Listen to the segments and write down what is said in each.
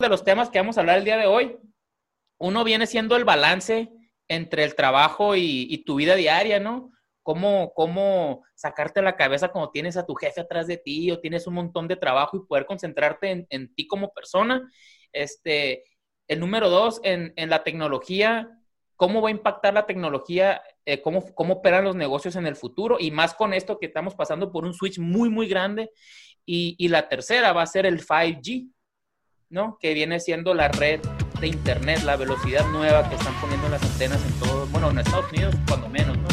de los temas que vamos a hablar el día de hoy, uno viene siendo el balance entre el trabajo y tu vida diaria, ¿no? Cómo sacarte la cabeza cuando tienes a tu jefe atrás de ti o tienes un montón de trabajo y poder concentrarte en ti como persona. El número dos, en la tecnología, cómo va a impactar la tecnología, cómo operan los negocios en el futuro y más con esto que estamos pasando por un switch muy, muy grande. Y la tercera va a ser el 5G, ¿no? Que viene siendo la red de internet, la velocidad nueva que están poniendo en las antenas en todo, bueno, en Estados Unidos cuando menos, ¿no?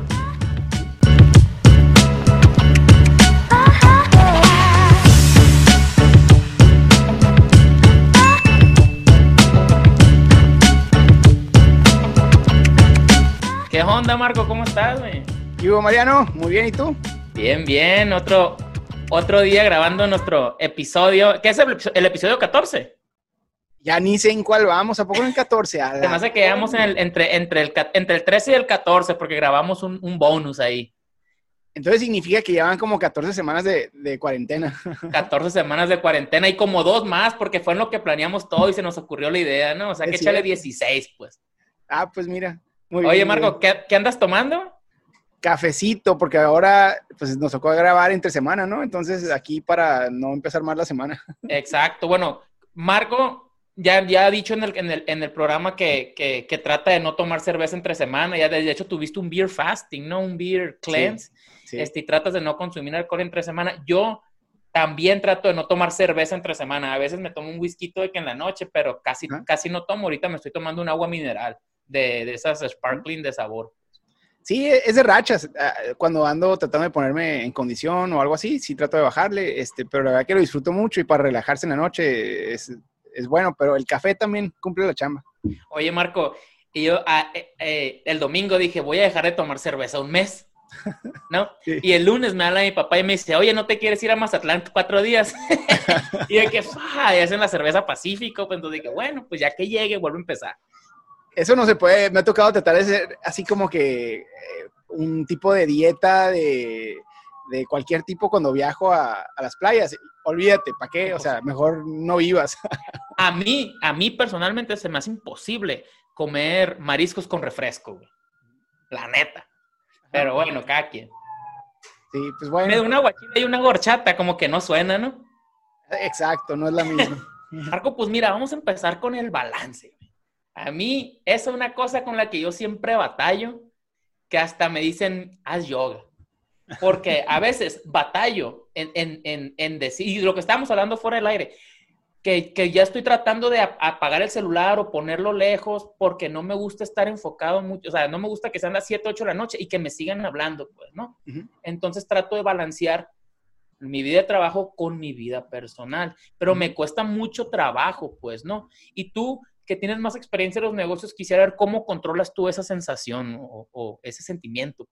¿Qué onda, Marco? ¿Cómo estás, güey? ¿Qué hubo, Mariano? Muy bien, ¿y tú? Bien, bien. Otro día grabando nuestro episodio. ¿Qué es el episodio 14? Ya ni sé en cuál vamos. ¿A poco en el 14? Se me hace que quedamos entre el 13 y el 14 porque grabamos un bonus ahí. Entonces significa que llevan como 14 semanas de cuarentena. 14 semanas de cuarentena y como 2 más porque fue en lo que planeamos todo y se nos ocurrió la idea, ¿no? O sea, que échale 16, pues. Ah, pues mira. Muy Oye, bien, Marco, ¿qué andas tomando? Cafecito, porque ahora pues nos tocó grabar entre semana, ¿no? Entonces aquí para no empezar mal la semana. Exacto. Bueno, Marco ya ha dicho en el programa que trata de no tomar cerveza entre semana. Ya de hecho tuviste un beer fasting, ¿no? Un beer cleanse. Sí. Y tratas de no consumir alcohol entre semana. Yo también trato de no tomar cerveza entre semana. A veces me tomo un whisky de que en la noche, pero casi no tomo. Ahorita me estoy tomando un agua mineral de esas sparkling de sabor. Sí, es de rachas. Cuando ando tratando de ponerme en condición o algo así, sí trato de bajarle, pero la verdad que lo disfruto mucho y para relajarse en la noche es bueno, pero el café también cumple la chamba. Oye, Marco, y yo el domingo dije, voy a dejar de tomar cerveza un mes, ¿no? Sí. Y el lunes me habla mi papá y me dice, oye, ¿no te quieres ir a Mazatlán 4 días? Y yo que, y hacen la cerveza Pacífico, pues entonces dije, bueno, pues ya que llegue, vuelvo a empezar. Eso no se puede, me ha tocado tratar de ser así como que un tipo de dieta de cualquier tipo cuando viajo a las playas. Olvídate, ¿para qué? O sea, mejor no vivas. A mí personalmente se me hace imposible comer mariscos con refresco, güey. La neta. Pero bueno, cada quien. Sí, pues bueno. Me da una guachita y una horchata, como que no suena, ¿no? Exacto, no es la misma. Marco, pues mira, vamos a empezar con el balance. A mí, esa es una cosa con la que yo siempre batallo, que hasta me dicen, haz yoga. Porque a veces batallo en decir, y lo que estábamos hablando fuera del aire, que ya estoy tratando de apagar el celular o ponerlo lejos porque no me gusta estar enfocado mucho, o sea, no me gusta que sean las 7, 8 de la noche y que me sigan hablando, pues, ¿no? Uh-huh. Entonces trato de balancear mi vida de trabajo con mi vida personal, pero me cuesta mucho trabajo, pues, ¿no? Y tú, que tienes más experiencia en los negocios, quisiera ver cómo controlas tú esa sensación o ese sentimiento.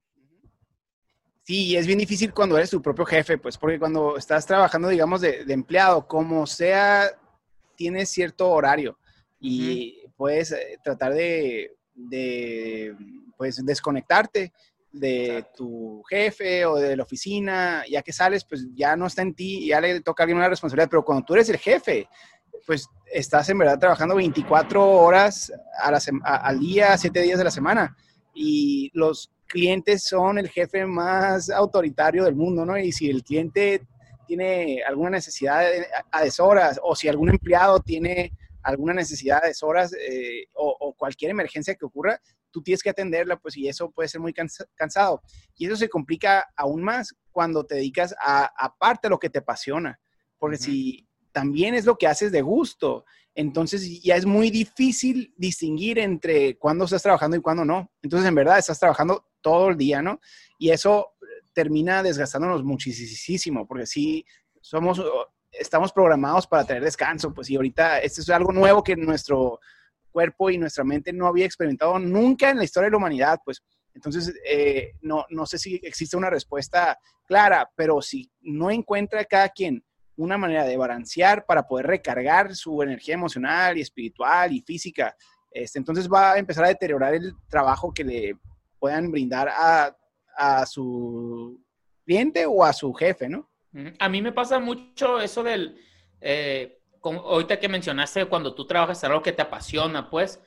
Sí, es bien difícil cuando eres tu propio jefe, pues, porque cuando estás trabajando, digamos, de empleado, como sea, tienes cierto horario y puedes tratar de pues, desconectarte de tu jefe o de la oficina. Ya que sales, pues ya no está en ti, ya le toca a alguien una responsabilidad, pero cuando tú eres el jefe, pues estás en verdad trabajando 24 horas al día, 7 días de la semana, y los clientes son el jefe más autoritario del mundo, ¿no? Y si el cliente tiene alguna necesidad a deshoras, o si algún empleado tiene alguna necesidad a deshoras, o cualquier emergencia que ocurra, tú tienes que atenderla, pues, y eso puede ser muy cansado. Y eso se complica aún más cuando te dedicas aparte a lo que te apasiona, porque si también es lo que haces de gusto, entonces ya es muy difícil distinguir entre cuándo estás trabajando y cuándo no. Entonces, en verdad, estás trabajando todo el día, ¿no? Y eso termina desgastándonos muchísimo, porque sí, estamos programados para tener descanso, pues, y ahorita esto es algo nuevo que nuestro cuerpo y nuestra mente no había experimentado nunca en la historia de la humanidad, pues. Entonces, no sé si existe una respuesta clara, pero si no encuentra cada quien una manera de balancear para poder recargar su energía emocional y espiritual y física, entonces va a empezar a deteriorar el trabajo que le puedan brindar a su cliente o a su jefe, ¿no? A mí me pasa mucho eso del... ahorita que mencionaste cuando tú trabajas en algo que te apasiona, pues,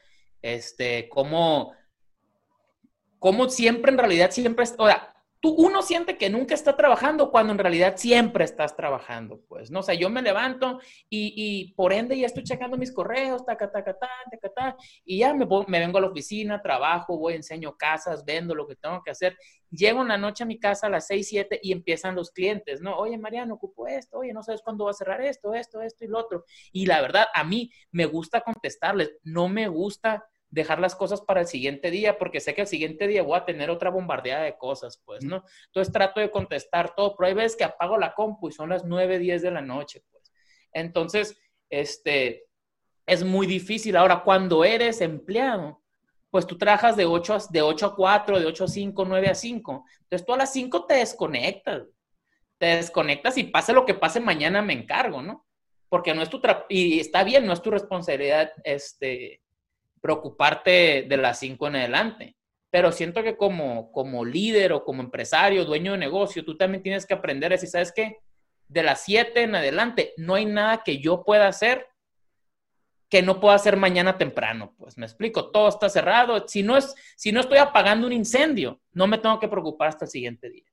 cómo siempre en realidad siempre, o sea, uno siente que nunca está trabajando cuando en realidad siempre estás trabajando, pues, ¿no? O sea, yo me levanto y por ende ya estoy checando mis correos, taca, taca, taca, taca, taca, y ya me vengo a la oficina, trabajo, voy, enseño casas, vendo lo que tengo que hacer. Llego en la noche a mi casa a las 6, 7 y empiezan los clientes, ¿no? Oye, Mariano, ocupo esto, oye, no sabes cuándo va a cerrar esto y lo otro. Y la verdad, a mí me gusta contestarles, no me gusta dejar las cosas para el siguiente día, porque sé que el siguiente día voy a tener otra bombardeada de cosas, pues, ¿no? Entonces trato de contestar todo, pero hay veces que apago la compu y son las 9, 10 de la noche, pues. Entonces, es muy difícil. Ahora, cuando eres empleado, pues tú trabajas de 8 a 4, de 8 a 5, 9 a 5. Entonces tú a las 5 te desconectas y pase lo que pase, mañana me encargo, ¿no? Porque no es tu trabajo, y está bien, no es tu responsabilidad, preocuparte de las 5 en adelante. Pero siento que como líder o como empresario, dueño de negocio, tú también tienes que aprender a decir, ¿sabes qué? De las 7 en adelante, no hay nada que yo pueda hacer que no pueda hacer mañana temprano. Pues me explico, todo está cerrado. Si no estoy apagando un incendio, no me tengo que preocupar hasta el siguiente día.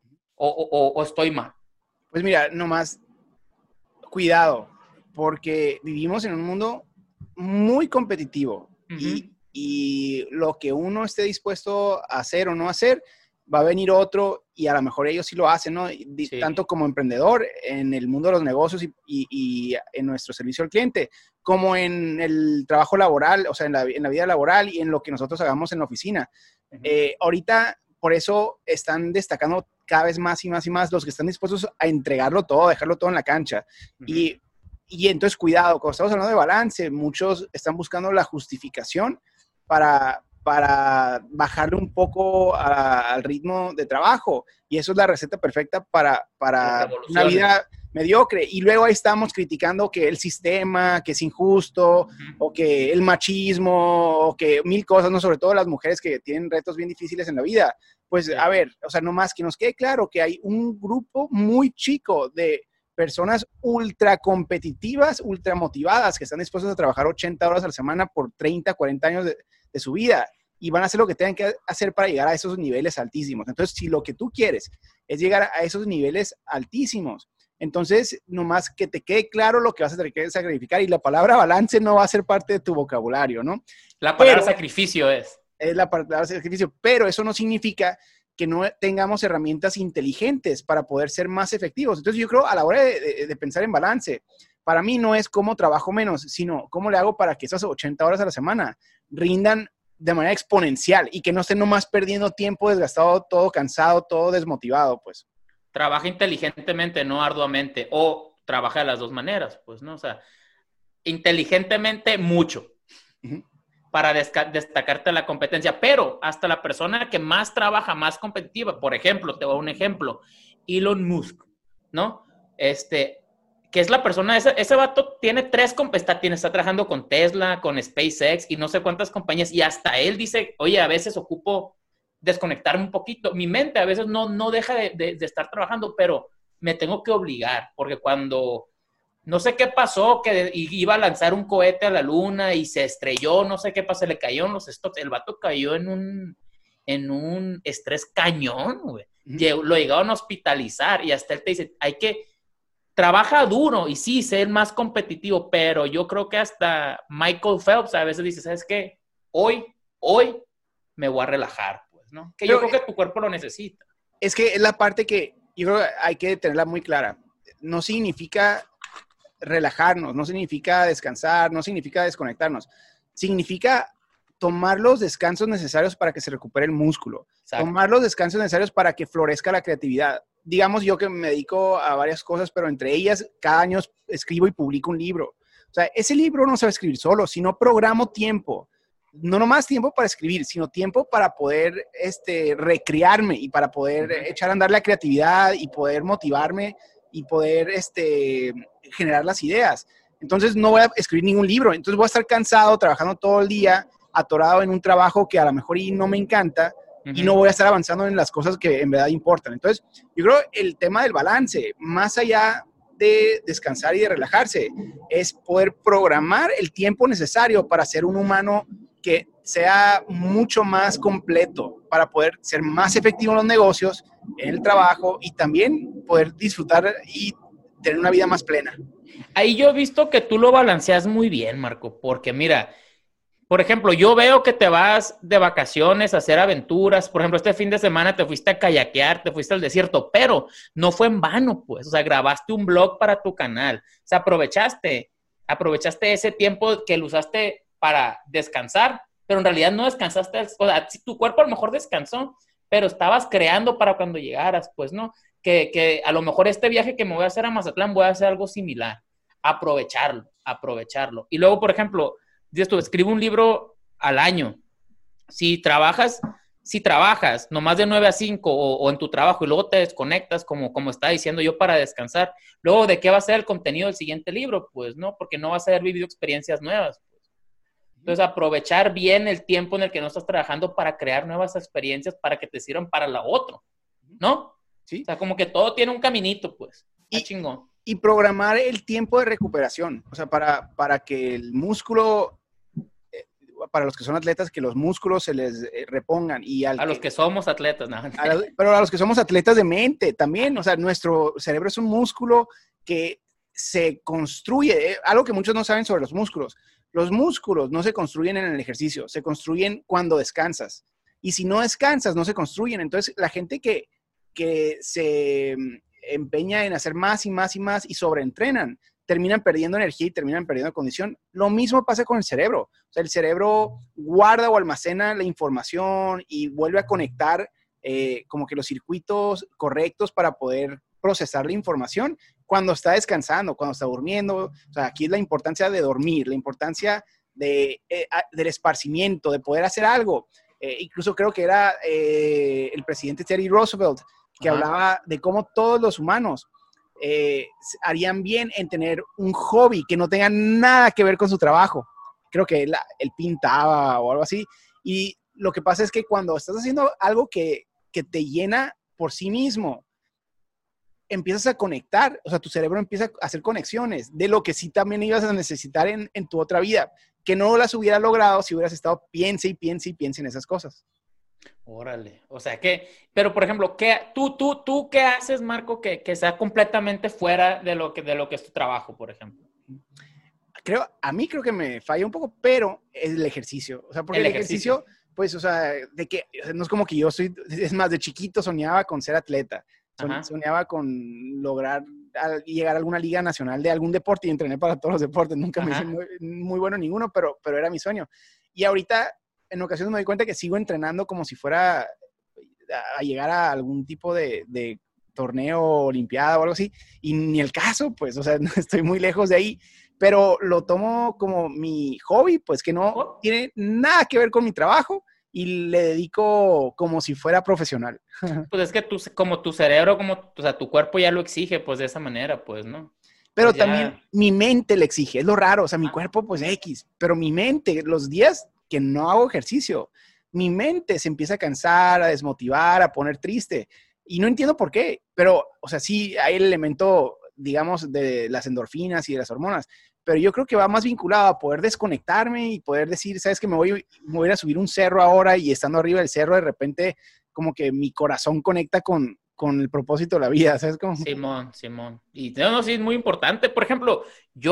O estoy mal. Pues mira, nomás cuidado, porque vivimos en un mundo muy competitivo. Uh-huh. y lo que uno esté dispuesto a hacer o no hacer, va a venir otro y a lo mejor ellos sí lo hacen, ¿no? Sí. Tanto como emprendedor en el mundo de los negocios y en nuestro servicio al cliente, como en el trabajo laboral, o sea, en la vida laboral y en lo que nosotros hagamos en la oficina. Uh-huh. Ahorita, por eso están destacando cada vez más y más y más los que están dispuestos a entregarlo todo, dejarlo todo en la cancha. Uh-huh. Y entonces, cuidado, cuando estamos hablando de balance, muchos están buscando la justificación para bajarle un poco al ritmo de trabajo. Y eso es la receta perfecta para una vida mediocre. Y luego ahí estamos criticando que el sistema, que es injusto, uh-huh, o que el machismo, o que mil cosas, ¿no? Sobre todo las mujeres que tienen retos bien difíciles en la vida. Pues, sí. A ver, o sea, nomás que nos quede claro que hay un grupo muy chico de personas ultra competitivas, ultra motivadas, que están dispuestos a trabajar 80 horas a la semana por 30, 40 años de su vida y van a hacer lo que tengan que hacer para llegar a esos niveles altísimos. Entonces, si lo que tú quieres es llegar a esos niveles altísimos, entonces, nomás que te quede claro lo que vas a tener que sacrificar y la palabra balance no va a ser parte de tu vocabulario, ¿no? La palabra sacrificio es. Es la palabra sacrificio, pero eso no significa que no tengamos herramientas inteligentes para poder ser más efectivos. Entonces, yo creo a la hora de pensar en balance, para mí no es cómo trabajo menos, sino cómo le hago para que esas 80 horas a la semana rindan de manera exponencial y que no estén nomás perdiendo tiempo, desgastado, todo cansado, todo desmotivado, pues. Trabaja inteligentemente, no arduamente, o trabaja de las dos maneras, pues, ¿no? O sea, inteligentemente mucho. Uh-huh. Para destacarte la competencia, pero hasta la persona que más trabaja, más competitiva, por ejemplo, te voy a un ejemplo, Elon Musk, ¿no? Que es la persona, ese vato tiene está trabajando con Tesla, con SpaceX y no sé cuántas compañías, y hasta él dice, oye, a veces ocupo desconectarme un poquito, mi mente a veces no deja de estar trabajando, pero me tengo que obligar, porque cuando no sé qué pasó, que iba a lanzar un cohete a la luna y se estrelló, no sé qué pasó, le cayó en los stocks, el vato cayó en un estrés cañón, güey. Uh-huh. Lo llegaron a hospitalizar y hasta él te dice, trabaja duro y sí, sé el más competitivo, pero yo creo que hasta Michael Phelps a veces dice, ¿sabes qué? Hoy me voy a relajar, pues, ¿no? Que pero yo creo que tu cuerpo lo necesita. Es que es la parte que yo creo que hay que tenerla muy clara. No significa relajarnos, no significa descansar, no significa desconectarnos. Significa tomar los descansos necesarios para que se recupere el músculo. Exacto. Tomar los descansos necesarios para que florezca la creatividad. Digamos, yo que me dedico a varias cosas, pero entre ellas, cada año escribo y publico un libro. O sea, ese libro no se va a escribir solo, sino programo tiempo. No nomás tiempo para escribir, sino tiempo para poder recrearme y para poder echar a andar la creatividad y poder motivarme y poder generar las ideas. Entonces no voy a escribir ningún libro, entonces voy a estar cansado, trabajando todo el día, atorado en un trabajo que a lo mejor no me encanta, uh-huh, y no voy a estar avanzando en las cosas que en verdad importan. Entonces yo creo el tema del balance, más allá de descansar y de relajarse, es poder programar el tiempo necesario para ser un humano que sea mucho más completo, para poder ser más efectivo en los negocios, en el trabajo y también poder disfrutar y tener una vida más plena. Ahí yo he visto que tú lo balanceas muy bien, Marco, porque mira, por ejemplo, yo veo que te vas de vacaciones a hacer aventuras. Por ejemplo, este fin de semana te fuiste a kayakear, te fuiste al desierto, pero no fue en vano, pues. O sea, grabaste un blog para tu canal. O sea, aprovechaste ese tiempo que lo usaste para descansar, pero en realidad no descansaste. O sea, si tu cuerpo a lo mejor descansó, pero estabas creando para cuando llegaras, pues, ¿no? Que a lo mejor este viaje que me voy a hacer a Mazatlán voy a hacer algo similar. Aprovecharlo. Y luego, por ejemplo, dices tú, escribe un libro al año. Si trabajas nomás de 9 a 5 o en tu trabajo y luego te desconectas, como estaba diciendo yo, para descansar, luego, ¿de qué va a ser el contenido del siguiente libro? Pues, ¿no? Porque no vas a haber vivido experiencias nuevas. Pues. Entonces, aprovechar bien el tiempo en el que no estás trabajando para crear nuevas experiencias para que te sirvan para la otra, ¿no? ¿Sí? O sea, como que todo tiene un caminito, pues. Está chingón. Y programar el tiempo de recuperación, o sea, para que el músculo, para los que son atletas, que los músculos se les repongan. Y a los que somos atletas, ¿no? Pero a los que somos atletas de mente también, o sea, nuestro cerebro es un músculo que se construye, algo que muchos no saben sobre los músculos. Los músculos no se construyen en el ejercicio, se construyen cuando descansas. Y si no descansas, no se construyen. Entonces, la gente que se empeña en hacer más y más y más y sobreentrenan, terminan perdiendo energía y terminan perdiendo condición. Lo mismo pasa con el cerebro. O sea, el cerebro guarda o almacena la información y vuelve a conectar como que los circuitos correctos para poder procesar la información cuando está descansando, cuando está durmiendo. O sea, aquí es la importancia de dormir, la importancia del esparcimiento, de poder hacer algo. Incluso creo que era el presidente Teddy Roosevelt que hablaba de cómo todos los humanos harían bien en tener un hobby que no tenga nada que ver con su trabajo. Creo que él pintaba o algo así. Y lo que pasa es que cuando estás haciendo algo que te llena por sí mismo, empiezas a conectar, o sea, tu cerebro empieza a hacer conexiones de lo que sí también ibas a necesitar en tu otra vida, que no las hubieras logrado si hubieras estado piense en esas cosas. Órale, o sea pero por ejemplo, ¿tú qué haces, Marco, que sea completamente fuera de lo que es tu trabajo, por ejemplo? A mí creo que me falla un poco, pero es el ejercicio. O sea, porque el ejercicio, pues, o sea, no es como que es más, de chiquito soñaba con ser atleta. Soñaba con lograr llegar a alguna liga nacional de algún deporte y entrené para todos los deportes. Nunca me hice muy bueno en ninguno, pero era mi sueño. Y ahorita, en ocasiones me doy cuenta que sigo entrenando como si fuera a llegar a algún tipo de torneo, olimpiada o algo así. Y ni el caso, pues, o sea, estoy muy lejos de ahí. Pero lo tomo como mi hobby, pues que no tiene nada que ver con mi trabajo y le dedico como si fuera profesional. Pues es que como tu cerebro, o sea, tu cuerpo ya lo exige, pues de esa manera, pues, ¿no? Pero pues también mi mente le exige, es lo raro, o sea, mi cuerpo pues X, pero mi mente, los días que no hago ejercicio, mi mente se empieza a cansar, a desmotivar, a poner triste. Y no entiendo por qué, pero, o sea, sí hay el elemento, digamos, de las endorfinas y de las hormonas, pero yo creo que va más vinculado a poder desconectarme y poder decir, ¿sabes qué? Me voy a ir a subir un cerro ahora y estando arriba del cerro, de repente, como que mi corazón conecta con el propósito de la vida, ¿sabes cómo? Simón. Y no, sí, es muy importante. Por ejemplo,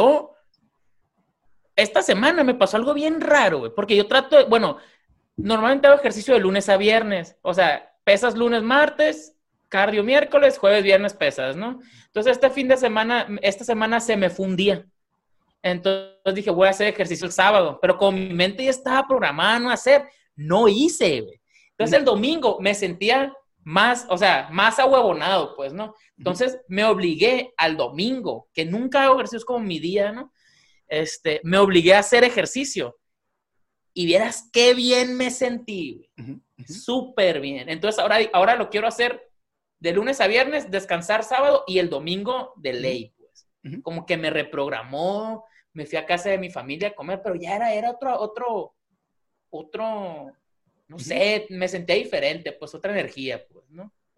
esta semana me pasó algo bien raro, güey, porque yo normalmente hago ejercicio de lunes a viernes, o sea, pesas lunes, martes, cardio miércoles, jueves, viernes pesas, ¿no? Entonces, esta semana se me fue un día. Entonces dije, voy a hacer ejercicio el sábado, pero como mi mente ya estaba programada a no hacer, no hice, güey. Entonces el domingo me sentía más ahuevonado, pues, ¿no? Entonces me obligué al domingo, que nunca hago ejercicio, es como mi día, ¿no? Me obligué a hacer ejercicio. Y vieras qué bien me sentí, güey. Súper bien. Entonces ahora lo quiero hacer de lunes a viernes, descansar sábado y el domingo de ley, pues. Como que me reprogramó, me fui a casa de mi familia a comer, pero ya era otro, no sé, me sentía diferente, pues otra energía, pues, ¿no?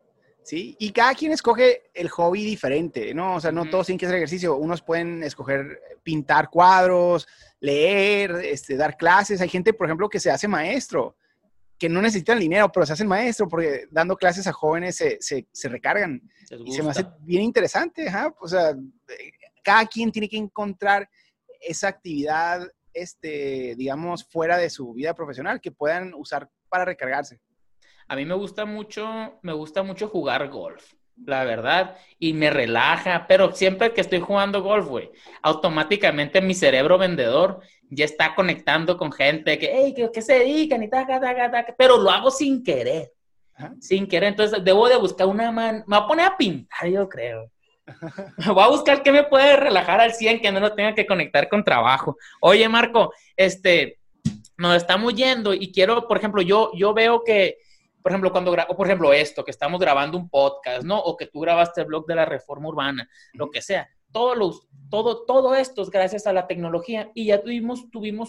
Sí, y cada quien escoge el hobby diferente, ¿no? O sea, no todos tienen que hacer ejercicio. Unos pueden escoger pintar cuadros, leer, dar clases. Hay gente, por ejemplo, que se hace maestro, que no necesitan dinero, pero se hacen maestro porque dando clases a jóvenes se recargan. Y se me hace bien interesante, ¿ja? O sea, cada quien tiene que encontrar esa actividad, digamos, fuera de su vida profesional que puedan usar para recargarse. A mí me gusta mucho jugar golf, la verdad, y me relaja, pero siempre que estoy jugando golf, güey, automáticamente mi cerebro vendedor ya está conectando con gente que, hey, ¿qué se dedican? Y taca, taca, taca, pero lo hago sin querer. Ajá. Sin querer, entonces debo de buscar una mano, me voy a poner a pintar, yo creo. Voy a buscar qué me puede relajar al 100, que no lo tenga que conectar con trabajo. Oye, Marco, nos estamos yendo y quiero, por ejemplo, yo veo que, por ejemplo, por ejemplo, esto, que estamos grabando un podcast, ¿no? O que tú grabaste el blog de la Reforma Urbana, lo que sea. Todo esto es gracias a la tecnología. Y ya tuvimos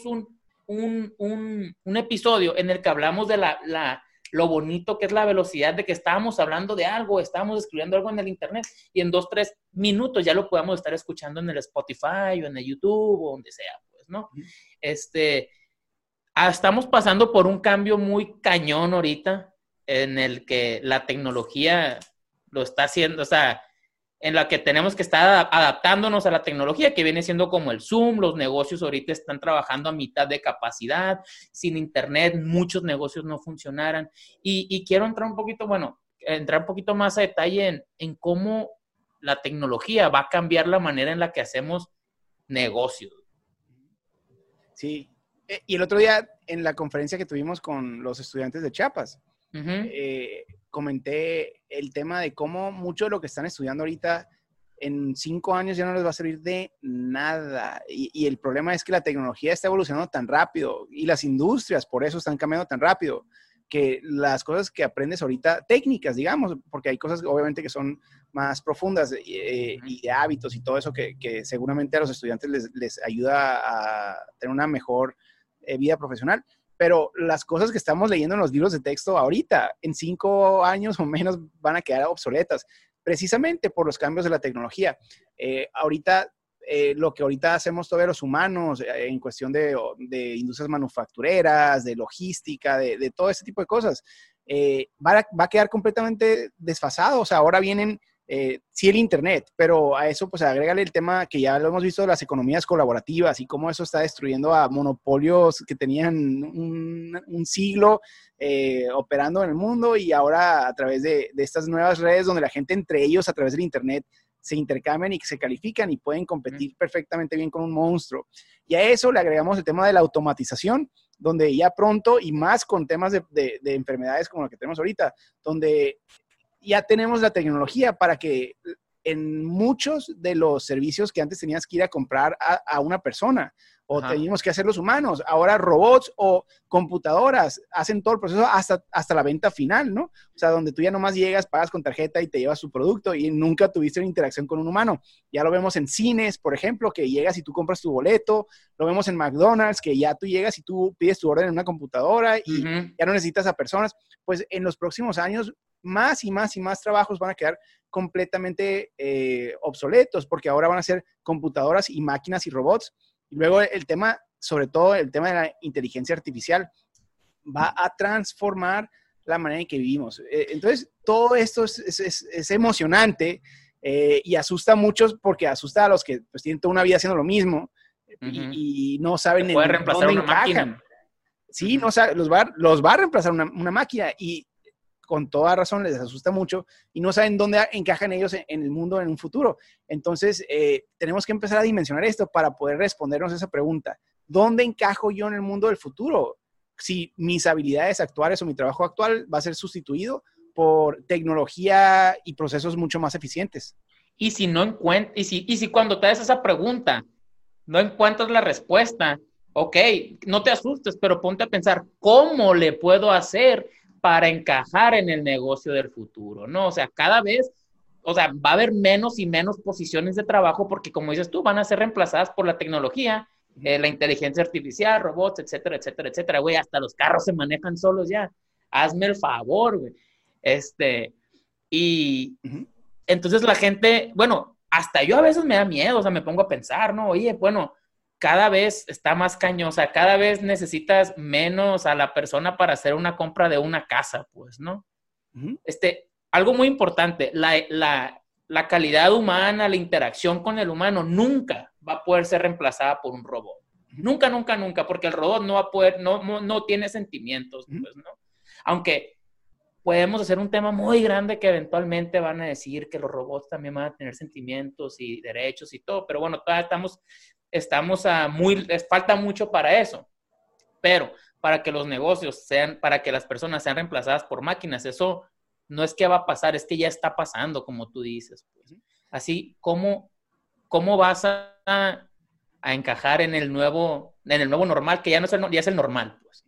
un episodio en el que hablamos de lo bonito que es la velocidad, de que estábamos hablando de algo, estábamos escribiendo algo en el internet y en 2-3 minutos ya lo podemos estar escuchando en el Spotify o en el YouTube o donde sea, pues, ¿no? Estamos pasando por un cambio muy cañón ahorita en el que la tecnología lo está haciendo, o sea, en la que tenemos que estar adaptándonos a la tecnología, que viene siendo como el Zoom. Los negocios ahorita están trabajando a mitad de capacidad, sin internet muchos negocios no funcionaran, y quiero entrar un poquito más a detalle en cómo la tecnología va a cambiar la manera en la que hacemos negocios. Sí, y el otro día en la conferencia que tuvimos con los estudiantes de Chiapas, comenté el tema de cómo mucho de lo que están estudiando ahorita en 5 años ya no les va a servir de nada. Y el problema es que la tecnología está evolucionando tan rápido y las industrias por eso están cambiando tan rápido, que las cosas que aprendes ahorita, técnicas, digamos, porque hay cosas obviamente que son más profundas y de hábitos y todo eso que seguramente a los estudiantes les ayuda a tener una mejor vida profesional. Pero las cosas que estamos leyendo en los libros de texto ahorita, en 5 años o menos, van a quedar obsoletas, precisamente por los cambios de la tecnología. Lo que ahorita hacemos todavía los humanos en cuestión de industrias manufactureras, de logística, de todo ese tipo de cosas, va a quedar completamente desfasado. O sea, ahora vienen, sí, el internet, pero a eso pues agrégale el tema que ya lo hemos visto de las economías colaborativas y cómo eso está destruyendo a monopolios que tenían un siglo operando en el mundo, y ahora a través de estas nuevas redes donde la gente entre ellos a través del internet se intercambian y se califican y pueden competir perfectamente bien con un monstruo. Y a eso le agregamos el tema de la automatización, donde ya pronto, y más con temas de enfermedades como lo que tenemos ahorita, donde ya tenemos la tecnología para que en muchos de los servicios que antes tenías que ir a comprar a una persona o teníamos que hacer los humanos, ahora robots o computadoras hacen todo el proceso hasta la venta final, ¿no? O sea, donde tú ya nomás llegas, pagas con tarjeta y te llevas tu producto y nunca tuviste una interacción con un humano. Ya lo vemos en cines, por ejemplo, que llegas y tú compras tu boleto. Lo vemos en McDonald's, que ya tú llegas y tú pides tu orden en una computadora y ya no necesitas a personas. Pues en los próximos años, más y más y más trabajos van a quedar completamente obsoletos, porque ahora van a ser computadoras y máquinas y robots. Y luego el tema, sobre todo el tema de la inteligencia artificial, va a transformar la manera en que vivimos. Entonces, todo esto es emocionante y asusta a muchos, porque asusta a los que pues, tienen toda una vida haciendo lo mismo y no saben en dónde encajan. Sí, no saben, los va a reemplazar una máquina, y con toda razón les asusta mucho y no saben dónde encajan ellos en el mundo en un futuro. Entonces, tenemos que empezar a dimensionar esto para poder respondernos esa pregunta. ¿Dónde encajo yo en el mundo del futuro? Si mis habilidades actuales o mi trabajo actual va a ser sustituido por tecnología y procesos mucho más eficientes. Y si cuando te haces esa pregunta no encuentras la respuesta, ok, no te asustes, pero ponte a pensar, ¿cómo le puedo hacer para encajar en el negocio del futuro? ¿No? O sea, cada vez, va a haber menos y menos posiciones de trabajo porque, como dices tú, van a ser reemplazadas por la tecnología, la inteligencia artificial, robots, etcétera, etcétera, etcétera. Güey, hasta los carros se manejan solos ya. Hazme el favor, güey. Y entonces la gente, bueno, hasta yo a veces me da miedo, o sea, me pongo a pensar, ¿no? Oye, bueno, cada vez está más cañosa, cada vez necesitas menos a la persona para hacer una compra de una casa, pues, ¿no? Algo muy importante, la calidad humana, la interacción con el humano nunca va a poder ser reemplazada por un robot. Nunca, nunca, nunca, porque el robot no va a poder, no tiene sentimientos, pues, ¿no? Aunque podemos hacer un tema muy grande que eventualmente van a decir que los robots también van a tener sentimientos y derechos y todo, pero bueno, todavía estamos falta mucho para eso. Pero para que los negocios para que las personas sean reemplazadas por máquinas, eso no es que va a pasar, es que ya está pasando, como tú dices. Pues. Así, ¿cómo vas a encajar en el nuevo normal, que ya no es ya es el normal? Pues?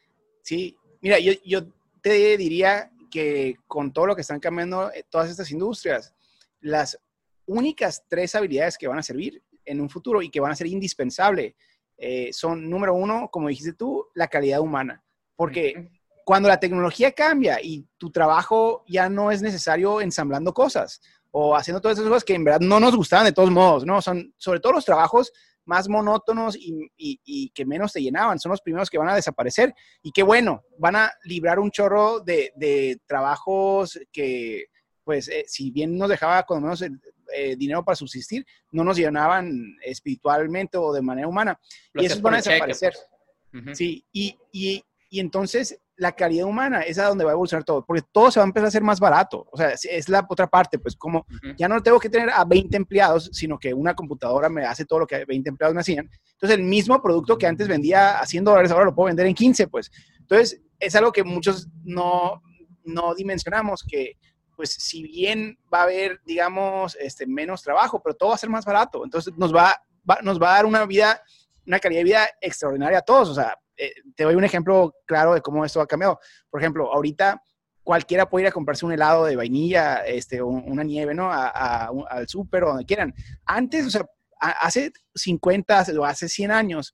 Sí, mira, yo te diría que con todo lo que están cambiando todas estas industrias, las únicas 3 habilidades que van a servir en un futuro y que van a ser indispensables son, número 1, como dijiste tú, la calidad humana. Porque cuando la tecnología cambia y tu trabajo ya no es necesario ensamblando cosas o haciendo todas esas cosas que en verdad no nos gustaban de todos modos, ¿no? Son sobre todo los trabajos más monótonos y que menos te llenaban, son los primeros que van a desaparecer. Y qué bueno, van a librar un chorro de trabajos que, pues, si bien nos dejaba con menos dinero para subsistir, no nos llenaban espiritualmente o de manera humana. Y esos van a desaparecer. Sí, y entonces la calidad humana es a donde va a evolucionar todo, porque todo se va a empezar a hacer más barato. O sea, es la otra parte, pues como ya no tengo que tener a 20 empleados, sino que una computadora me hace todo lo que 20 empleados me hacían. Entonces el mismo producto que antes vendía a $100, ahora lo puedo vender en 15, pues. Entonces es algo que muchos no dimensionamos, que pues si bien va a haber, digamos, menos trabajo, pero todo va a ser más barato. Entonces nos va a dar una calidad de vida extraordinaria a todos. O sea, te doy un ejemplo claro de cómo esto ha cambiado. Por ejemplo, ahorita cualquiera puede ir a comprarse un helado de vainilla, una nieve, ¿no? Al súper o donde quieran. Antes, o sea, hace 50 o hace 100 años,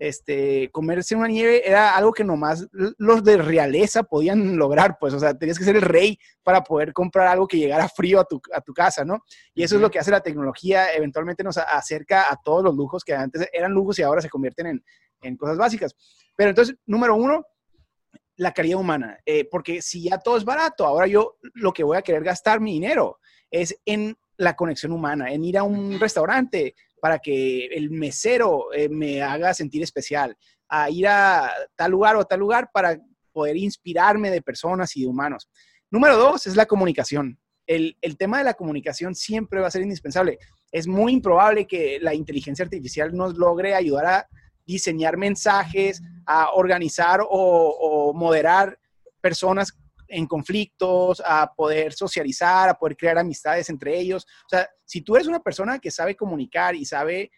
comerse una nieve era algo que nomás los de realeza podían lograr, pues, o sea, tenías que ser el rey para poder comprar algo que llegara frío a tu casa, ¿no? Y eso es lo que hace la tecnología, eventualmente nos acerca a todos los lujos que antes eran lujos y ahora se convierten en cosas básicas. Pero entonces, número 1, la calidad humana, porque si ya todo es barato, ahora yo lo que voy a querer gastar mi dinero es en la conexión humana, en ir a un restaurante para que el mesero me haga sentir especial, a ir a tal lugar o tal lugar para poder inspirarme de personas y de humanos. Número 2 es la comunicación. El tema de la comunicación siempre va a ser indispensable. Es muy improbable que la inteligencia artificial nos logre ayudar a diseñar mensajes, a organizar o moderar personas en conflictos, a poder socializar, a poder crear amistades entre ellos. O sea, si tú eres una persona que sabe comunicar y sabe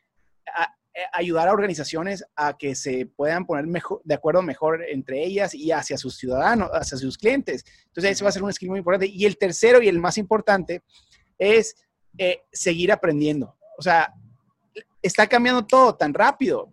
ayudar a organizaciones a que se puedan poner de acuerdo mejor entre ellas y hacia sus ciudadanos, hacia sus clientes, entonces ese va a ser un skill muy importante. Y el tercero y el más importante es seguir aprendiendo. O sea, está cambiando todo tan rápido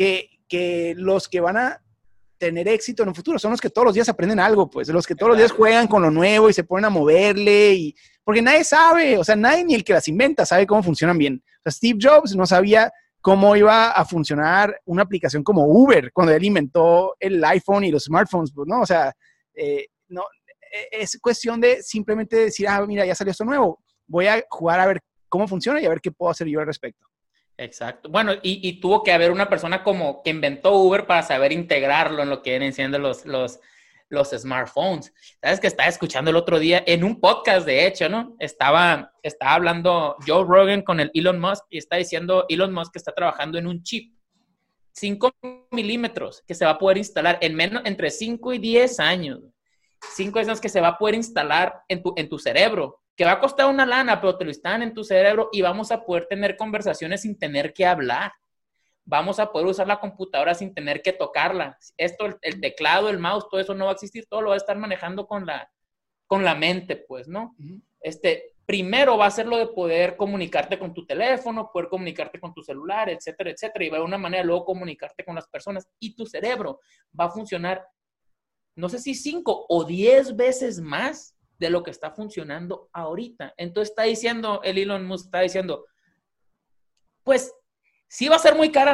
que los que van a tener éxito en un futuro son los que todos los días aprenden algo, pues, los que todos los días juegan con lo nuevo y se ponen a moverle, porque nadie sabe, o sea, nadie ni el que las inventa sabe cómo funcionan bien. O sea, Steve Jobs no sabía cómo iba a funcionar una aplicación como Uber cuando él inventó el iPhone y los smartphones, pues, ¿no? O sea, no, es cuestión de simplemente decir, mira, ya salió esto nuevo, voy a jugar a ver cómo funciona y a ver qué puedo hacer yo al respecto. Exacto. Bueno, y tuvo que haber una persona como que inventó Uber para saber integrarlo en lo que vienen siendo los smartphones. ¿Sabes que estaba escuchando el otro día en un podcast, de hecho, ¿no? Estaba hablando Joe Rogan con el Elon Musk y está diciendo Elon Musk que está trabajando en un chip 5 milímetros que se va a poder instalar entre 5 y 10 años. 5 años que se va a poder instalar en tu cerebro, que va a costar una lana, pero te lo instalan en tu cerebro y vamos a poder tener conversaciones sin tener que hablar. Vamos a poder usar la computadora sin tener que tocarla. Esto, el teclado, el mouse, todo eso no va a existir, todo lo va a estar manejando con la mente, pues, ¿no? Primero va a ser lo de poder comunicarte con tu teléfono, poder comunicarte con tu celular, etcétera, etcétera, y va a haber una manera de luego comunicarte con las personas, y tu cerebro va a funcionar, no sé si 5 o 10 veces más de lo que está funcionando ahorita. Entonces está diciendo, el Elon Musk está diciendo, pues sí va a ser muy cara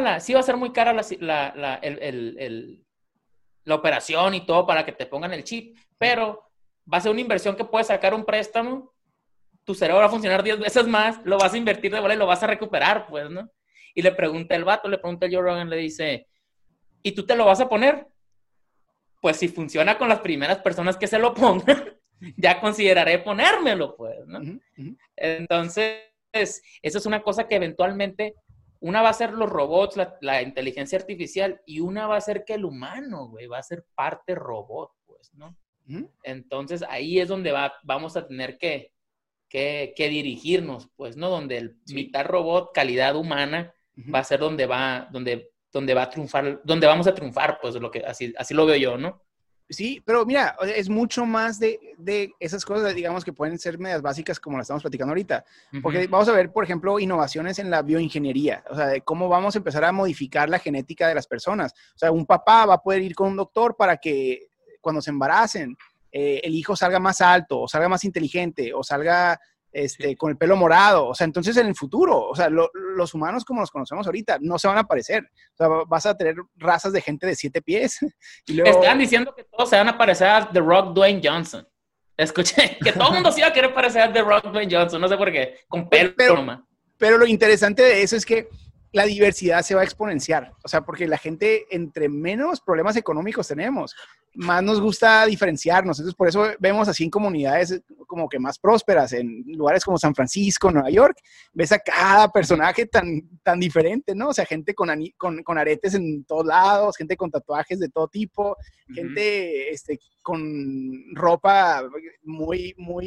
la operación y todo para que te pongan el chip, pero va a ser una inversión que puedes sacar un préstamo, tu cerebro va a funcionar 10 veces más, lo vas a invertir de bola y lo vas a recuperar, pues, ¿no? Y le pregunta el Joe Rogan, le dice, ¿y tú te lo vas a poner? Pues si funciona con las primeras personas que se lo pongan, ya consideraré ponérmelo, pues, ¿no? Entonces, eso es una cosa que eventualmente, una va a ser los robots, la inteligencia artificial, y una va a ser que el humano, güey, va a ser parte robot, pues, ¿no? Entonces, ahí es donde vamos a tener que dirigirnos, pues, ¿no? Donde el mitad robot, calidad humana, va a ser donde va a triunfar, donde vamos a triunfar, pues, así lo veo yo, ¿no? Sí, pero mira, es mucho más de esas cosas, digamos, que pueden ser medias básicas como las estamos platicando ahorita. Porque vamos a ver, por ejemplo, innovaciones en la bioingeniería, o sea, de cómo vamos a empezar a modificar la genética de las personas. O sea, un papá va a poder ir con un doctor para que cuando se embaracen, el hijo salga más alto, o salga más inteligente, o salga con el pelo morado. O sea, entonces en el futuro, o sea, los humanos como los conocemos ahorita no se van a parecer. O sea, vas a tener razas de gente de 7 pies. Y luego... Están diciendo que todos se van a parecer a The Rock Dwayne Johnson. Escuché que todo el mundo se iba a querer parecer a The Rock Dwayne Johnson, no sé por qué, con pelo nomás. Pero lo interesante de eso es que la diversidad se va a exponenciar. O sea, porque la gente, entre menos problemas económicos tenemos, más nos gusta diferenciarnos. Entonces, por eso vemos así en comunidades como que más prósperas, en lugares como San Francisco, Nueva York, ves a cada personaje tan diferente, ¿no? O sea, gente con aretes en todos lados, gente con tatuajes de todo tipo, gente con ropa muy, muy,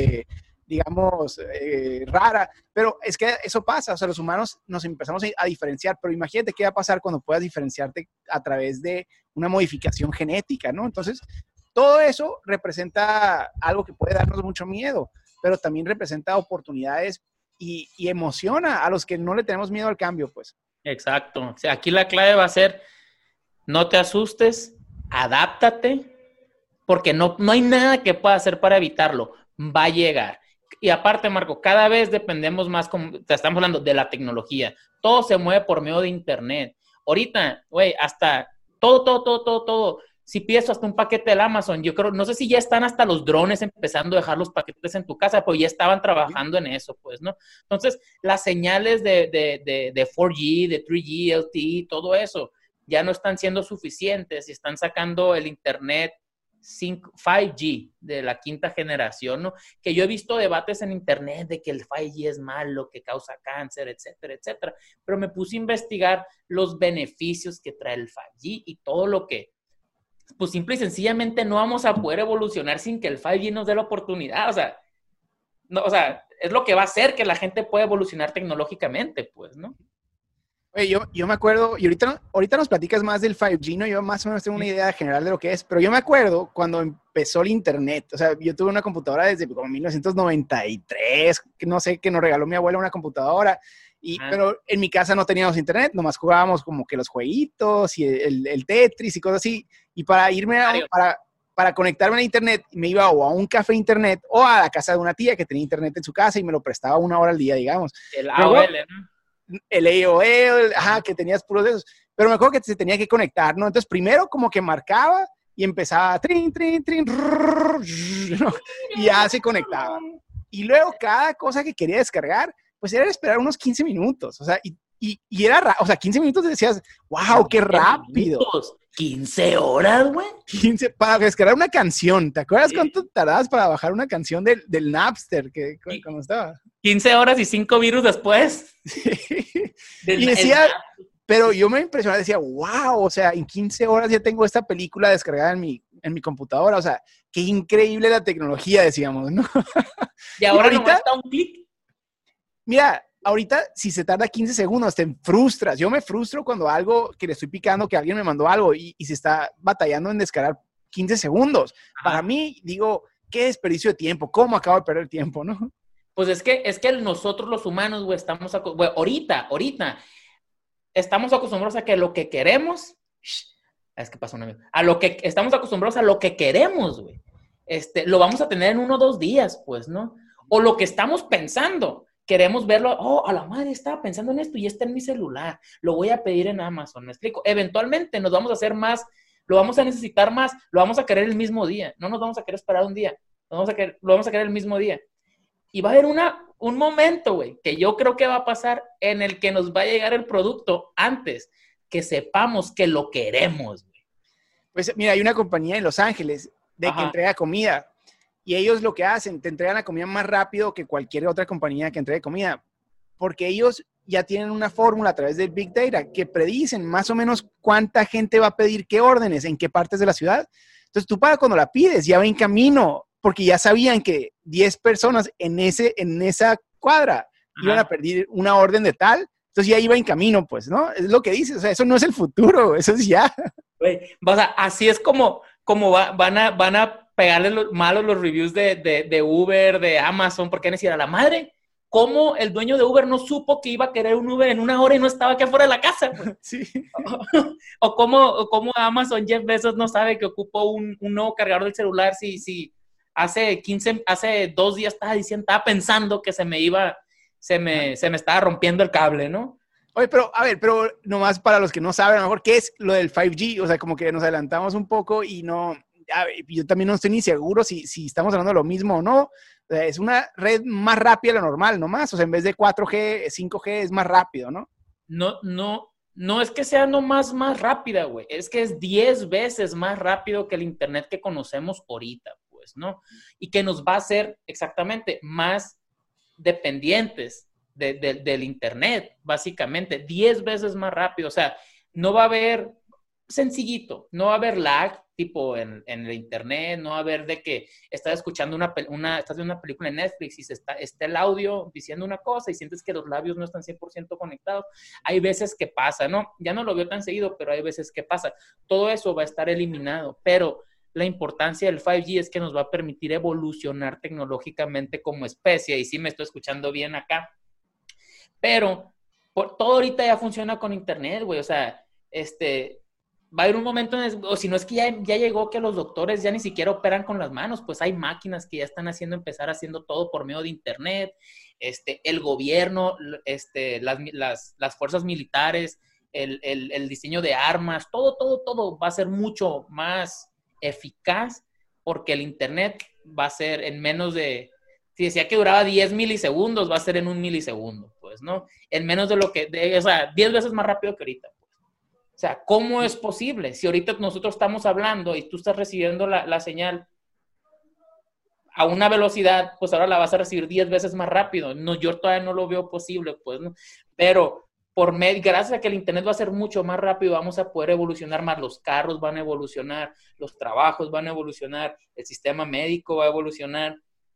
digamos, rara, pero es que eso pasa, o sea, los humanos nos empezamos a diferenciar, pero imagínate qué va a pasar cuando puedas diferenciarte a través de una modificación genética, ¿no? Entonces, todo eso representa algo que puede darnos mucho miedo, pero también representa oportunidades y emociona a los que no le tenemos miedo al cambio, pues. Exacto, o sea, aquí la clave va a ser, no te asustes, adáptate, porque no hay nada que pueda hacer para evitarlo, va a llegar. Y aparte, Marco, cada vez dependemos más, te estamos hablando de la tecnología. Todo se mueve por medio de internet. Ahorita, güey, hasta todo. Si pides hasta un paquete del Amazon, yo creo, no sé si ya están hasta los drones empezando a dejar los paquetes en tu casa, pero ya estaban trabajando en eso, pues, ¿no? Entonces, las señales de 4G, de 3G, LTE, todo eso, ya no están siendo suficientes y están sacando el internet 5G de la quinta generación, ¿no? Que yo he visto debates en internet de que el 5G es malo, que causa cáncer, etcétera, etcétera, pero me puse a investigar los beneficios que trae el 5G y todo lo que, pues simple y sencillamente no vamos a poder evolucionar sin que el 5G nos dé la oportunidad, o sea, es lo que va a hacer que la gente pueda evolucionar tecnológicamente, pues, ¿no? Oye, yo me acuerdo, y ahorita nos platicas más del 5G, ¿no? Yo más o menos tengo una idea general de lo que es, pero yo me acuerdo cuando empezó el internet, o sea, yo tuve una computadora desde como 1993, no sé, que nos regaló mi abuela una computadora, pero en mi casa no teníamos internet, nomás jugábamos como que los jueguitos y el Tetris y cosas así, y para irme para conectarme a internet, me iba o a un café internet o a la casa de una tía que tenía internet en su casa y me lo prestaba 1 hora al día, digamos. El AOL, ¿no? El AOL, que tenías puros de esos, pero me acuerdo que se tenía que conectar, ¿no? Entonces primero como que marcaba y empezaba trin, ¿no? Y ya se conectaba. Y luego cada cosa que quería descargar, pues era esperar unos 15 minutos, o sea, y era, o sea, 15 minutos decías, wow, qué rápido. Minutos. 15 horas, güey. 15 para descargar una canción. ¿Te acuerdas cuánto tardabas para bajar una canción del Napster cuando estaba? 15 horas y 5 virus después. Y decía, pero yo me impresionaba, decía, wow, o sea, en 15 horas ya tengo esta película descargada en mi computadora, o sea, qué increíble la tecnología, decíamos, ¿no? Y ahora nomás está un clic. Mira, ahorita si se tarda 15 segundos, te frustras. Yo me frustro cuando algo que le estoy picando, que alguien me mandó algo y se está batallando en descargar 15 segundos. Para mí, digo, qué desperdicio de tiempo, cómo acabo de perder tiempo, ¿no? Pues es que nosotros los humanos, güey, ahorita, estamos acostumbrados a que lo que queremos, es que pasó una vez, estamos acostumbrados a lo que queremos, güey. lo vamos a tener en 1 o 2 días, pues, ¿no? O lo que estamos pensando, queremos verlo, a la madre, estaba pensando en esto y está en mi celular, lo voy a pedir en Amazon, ¿me explico? Eventualmente nos vamos a hacer más, lo vamos a necesitar más, lo vamos a querer el mismo día, no nos vamos a querer esperar un día, lo vamos a querer el mismo día. Y va a haber un momento, güey, que yo creo que va a pasar en el que nos va a llegar el producto antes que sepamos que lo queremos, güey. Pues mira, hay una compañía en Los Ángeles de que entrega comida. Y ellos lo que hacen, te entregan la comida más rápido que cualquier otra compañía que entregue comida, porque ellos ya tienen una fórmula a través del Big Data que predicen más o menos cuánta gente va a pedir qué órdenes, en qué partes de la ciudad. Entonces tú para cuando la pides, ya va en camino, porque ya sabían que 10 personas en esa cuadra iban a pedir una orden de tal, entonces ya iba en camino, pues, ¿no? Es lo que dices, o sea, eso no es el futuro, eso es ya. Güey, o sea, así es como van a pegarle malos los reviews de Uber, de Amazon, porque van a decir, a la madre, ¿cómo el dueño de Uber no supo que iba a querer un Uber en 1 hora y no estaba aquí afuera de la casa? Pues? Sí. O cómo Amazon Jeff Bezos no sabe que ocupó un nuevo cargador del celular si hace 2 días estaba pensando que se me estaba rompiendo el cable, ¿no? Oye, pero nomás para los que no saben, a lo mejor, ¿qué es lo del 5G? O sea, como que nos adelantamos un poco y no... yo también no estoy ni seguro si estamos hablando de lo mismo o no. O sea, es una red más rápida de lo normal, nomás. O sea, en vez de 4G, 5G es más rápido, ¿no? No es que sea nomás más rápida, güey. Es que es 10 veces más rápido que el internet que conocemos ahorita, pues, ¿no? Y que nos va a hacer exactamente más dependientes del internet, básicamente. 10 veces más rápido. O sea, no va a haber sencillito, no va a haber lag tipo en el internet, no va a haber de que estás escuchando estás viendo una película en Netflix y está el audio diciendo una cosa y sientes que los labios no están 100% conectados. Hay veces que pasa, ¿no? Ya no lo veo tan seguido, pero hay veces que pasa. Todo eso va a estar eliminado, pero la importancia del 5G es que nos va a permitir evolucionar tecnológicamente como especie, y sí me estoy escuchando bien acá, pero todo ahorita ya funciona con internet, güey, o sea, va a haber un momento, o si no es que ya llegó que los doctores ya ni siquiera operan con las manos, pues hay máquinas que ya están empezar haciendo todo por medio de internet, el gobierno, las fuerzas militares, el diseño de armas, todo va a ser mucho más eficaz porque el internet va a ser en menos de, si decía que duraba 10 milisegundos, va a ser en 1 milisegundo, pues, ¿no? En menos de o sea, 10 veces más rápido que ahorita. O sea, ¿cómo es posible? Si ahorita nosotros estamos hablando y tú estás recibiendo la señal a una velocidad, pues ahora la vas a recibir 10 veces más rápido. No, yo todavía no lo veo posible, pues, ¿no? Pero gracias a que el internet va a ser mucho más rápido, vamos a poder evolucionar más. Los carros van a evolucionar, los trabajos van a evolucionar, el sistema médico va a evolucionar,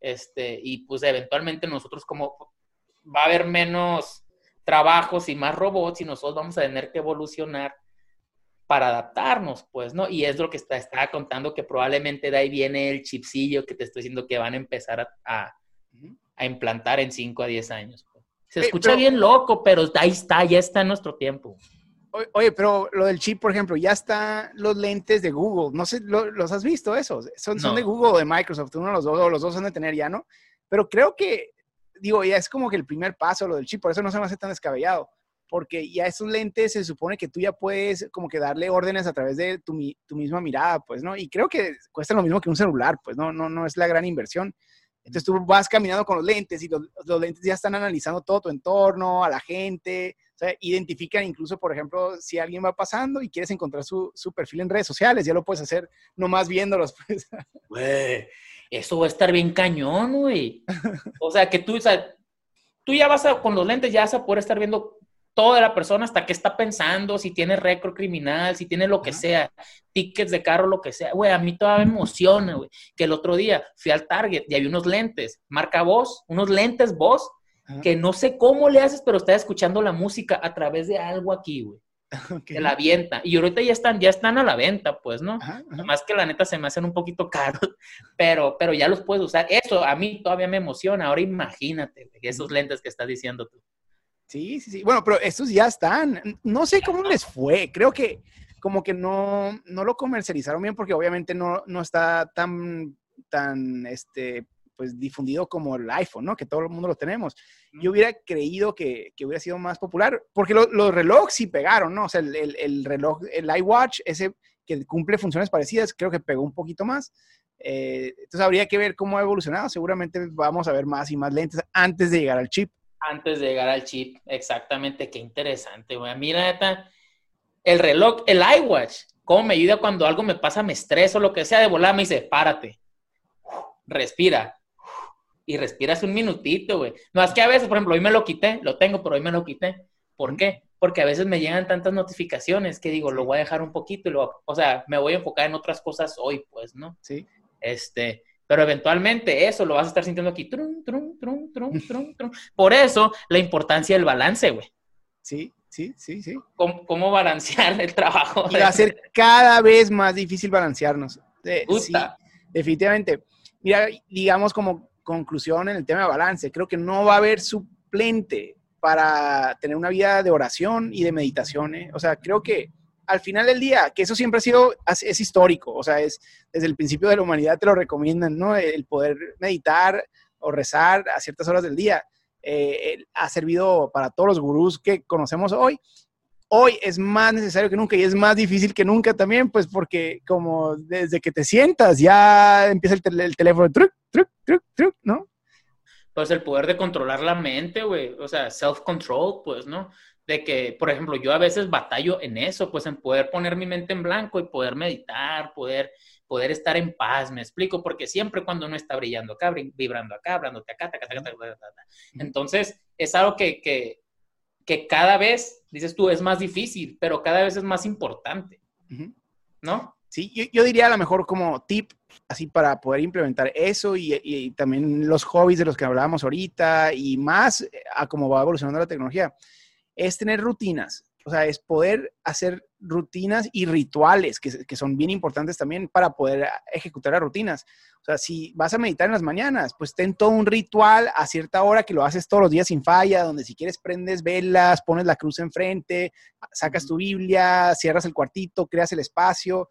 y pues eventualmente nosotros va a haber menos trabajos y más robots y nosotros vamos a tener que evolucionar para adaptarnos, pues, ¿no? Y es lo que estaba contando, que probablemente de ahí viene el chipsillo que te estoy diciendo que van a empezar a implantar en 5 a 10 años. Pues. Se escucha bien loco, pero ahí está, ya está en nuestro tiempo. Oye, pero lo del chip, por ejemplo, ya están los lentes de Google. No sé, ¿los has visto esos? Son de Google o de Microsoft. Uno de los dos han de tener ya, ¿no? Pero creo que, ya es como que el primer paso lo del chip. Por eso no se me hace tan descabellado. Porque ya esos lentes se supone que tú ya puedes como que darle órdenes a través de tu misma mirada, pues, ¿no? Y creo que cuesta lo mismo que un celular, pues, no es la gran inversión. Entonces tú vas caminando con los lentes y los lentes ya están analizando todo tu entorno, a la gente, o sea, identifican incluso, por ejemplo, si alguien va pasando y quieres encontrar su perfil en redes sociales, ya lo puedes hacer nomás viéndolos, pues. Güey, eso va a estar bien cañón, güey. O sea, que tú ya con los lentes ya vas a poder estar viendo toda la persona hasta qué está pensando, si tiene récord criminal, si tiene lo que sea, tickets de carro, lo que sea. Güey, a mí todavía me emociona, güey, que el otro día fui al Target y había unos lentes, marca Bose, unos lentes Bose, que no sé cómo le haces, pero estás escuchando la música a través de algo aquí, güey. Okay. De la venta. Y ahorita ya están a la venta, pues, ¿no? Más que la neta se me hacen un poquito caros, pero ya los puedes usar. Eso a mí todavía me emociona. Ahora imagínate, güey, esos lentes que estás diciendo tú. Sí. Bueno, pero estos ya están. No sé cómo les fue. Creo que como que no lo comercializaron bien porque obviamente no está tan pues difundido como el iPhone, ¿no? Que todo el mundo lo tenemos. Yo hubiera creído que hubiera sido más popular, porque los relojes sí pegaron, ¿no? O sea, el reloj, el iWatch, ese que cumple funciones parecidas, creo que pegó un poquito más. Entonces habría que ver cómo ha evolucionado. Seguramente vamos a ver más y más lentes antes de llegar al chip. Antes de llegar al chip, exactamente. Qué interesante, güey. A mí, la neta, el reloj, el iWatch, cómo me ayuda cuando algo me pasa, me estreso, lo que sea, de volada me dice, párate, respira. Y respiras un minutito, güey. No, es que a veces, por ejemplo, hoy me lo quité, lo tengo, pero hoy me lo quité. ¿Por qué? Porque a veces me llegan tantas notificaciones que digo, lo voy a dejar un poquito y o sea, me voy a enfocar en otras cosas hoy, pues, ¿no? Sí. Pero eventualmente eso lo vas a estar sintiendo aquí. Trum, trum, trum, trum, trum, trum. Por eso, la importancia del balance, güey. Sí. ¿Cómo balancear el trabajo? Y va a ser cada vez más difícil balancearnos. Sí, definitivamente. Mira, digamos como conclusión en el tema de balance, creo que no va a haber suplente para tener una vida de oración y de meditación, ¿eh? O sea, creo que al final del día, que eso siempre es histórico, o sea, es desde el principio de la humanidad te lo recomiendan, ¿no? El poder meditar o rezar a ciertas horas del día ha servido para todos los gurús que conocemos hoy. Hoy es más necesario que nunca y es más difícil que nunca también, pues porque como desde que te sientas ya empieza el teléfono, truc, truc, truc, truc, ¿no? Pues el poder de controlar la mente, güey, o sea, self-control, pues, ¿no? De que, por ejemplo, yo a veces batallo en eso, pues en poder poner mi mente en blanco y poder meditar, poder estar en paz, me explico, porque siempre cuando uno está brillando acá, vibrando acá, hablándote acá, entonces es algo que cada vez, dices tú, es más difícil, pero cada vez es más importante, ¿no? Sí, yo diría a lo mejor como tip, así para poder implementar eso y también los hobbies de los que hablábamos ahorita y más a cómo va evolucionando la tecnología, es tener rutinas. O sea, es poder hacer rutinas y rituales que son bien importantes también para poder ejecutar las rutinas. O sea, si vas a meditar en las mañanas, pues ten todo un ritual a cierta hora que lo haces todos los días sin falla, donde si quieres prendes velas, pones la cruz enfrente, sacas tu Biblia, cierras el cuartito, creas el espacio,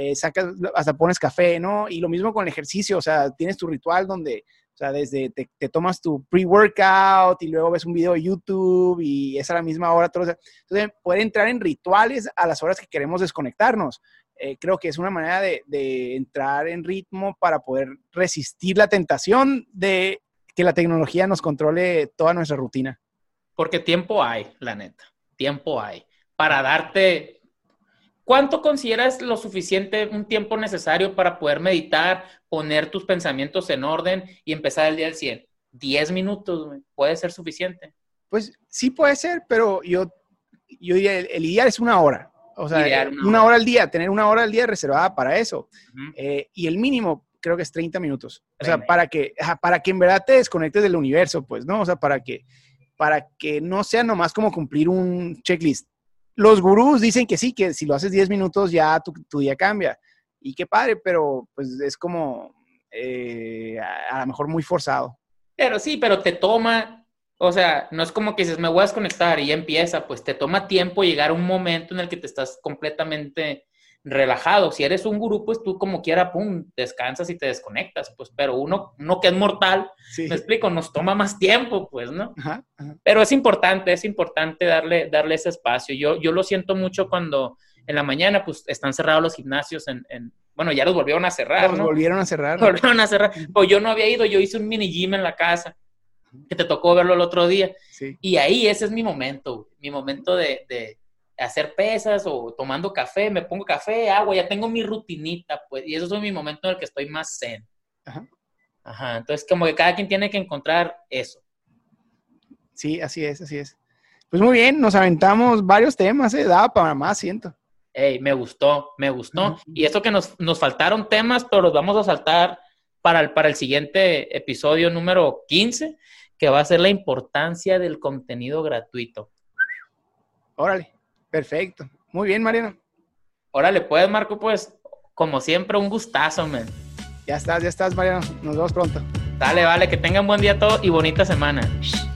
hasta pones café, ¿no? Y lo mismo con el ejercicio, o sea, tienes tu ritual donde, o sea, desde te tomas tu pre-workout y luego ves un video de YouTube y es a la misma hora. Entonces, poder entrar en rituales a las horas que queremos desconectarnos. Creo que es una manera de entrar en ritmo para poder resistir la tentación de que la tecnología nos controle toda nuestra rutina. Porque tiempo hay, la neta. Tiempo hay. Para darte... ¿Cuánto consideras lo suficiente, un tiempo necesario para poder meditar, poner tus pensamientos en orden y empezar el día al 100? 10 minutos, güey. ¿Puede ser suficiente? Pues sí puede ser, pero yo diría el ideal es una hora. O sea, una hora al día, tener una hora al día reservada para eso. Y el mínimo creo que es 30 minutos. O sea, para que en verdad te desconectes del universo, pues, ¿no? O sea, para que no sea nomás como cumplir un checklist. Los gurús dicen que sí, que si lo haces 10 minutos ya tu día cambia. Y qué padre, pero pues es como a lo mejor muy forzado. Pero sí, pero te toma, o sea, no es como que dices, me voy a desconectar y ya empieza, pues te toma tiempo llegar a un momento en el que te estás completamente relajado. Si eres un gurú, pues tú como quiera, pum, descansas y te desconectas, pues, pero uno que es mortal, sí. Me explico, nos toma más tiempo, pues, ¿no? Ajá. Pero es importante darle ese espacio. Yo lo siento mucho cuando en la mañana, pues, están cerrados los gimnasios bueno, ya los volvieron a cerrar, ¿no? Volvieron a cerrar. Pues yo no había ido, yo hice un mini gym en la casa, que te tocó verlo el otro día. Sí. Y ahí ese es mi momento de hacer pesas o tomando café, me pongo café, agua, ya tengo mi rutinita, pues, y eso es mi momento en el que estoy más zen. Ajá, entonces como que cada quien tiene que encontrar eso. Sí, así es. Pues muy bien, nos aventamos varios temas, daba para más, siento. Hey, me gustó, y eso que nos faltaron temas, pero los vamos a saltar para el siguiente episodio número 15, que va a ser la importancia del contenido gratuito. Órale. Perfecto. Muy bien, Mariano. Órale, pues, Marco, pues, como siempre, un gustazo, man. Ya estás, Mariano. Nos vemos pronto. Dale, vale, que tengan buen día todos y bonita semana.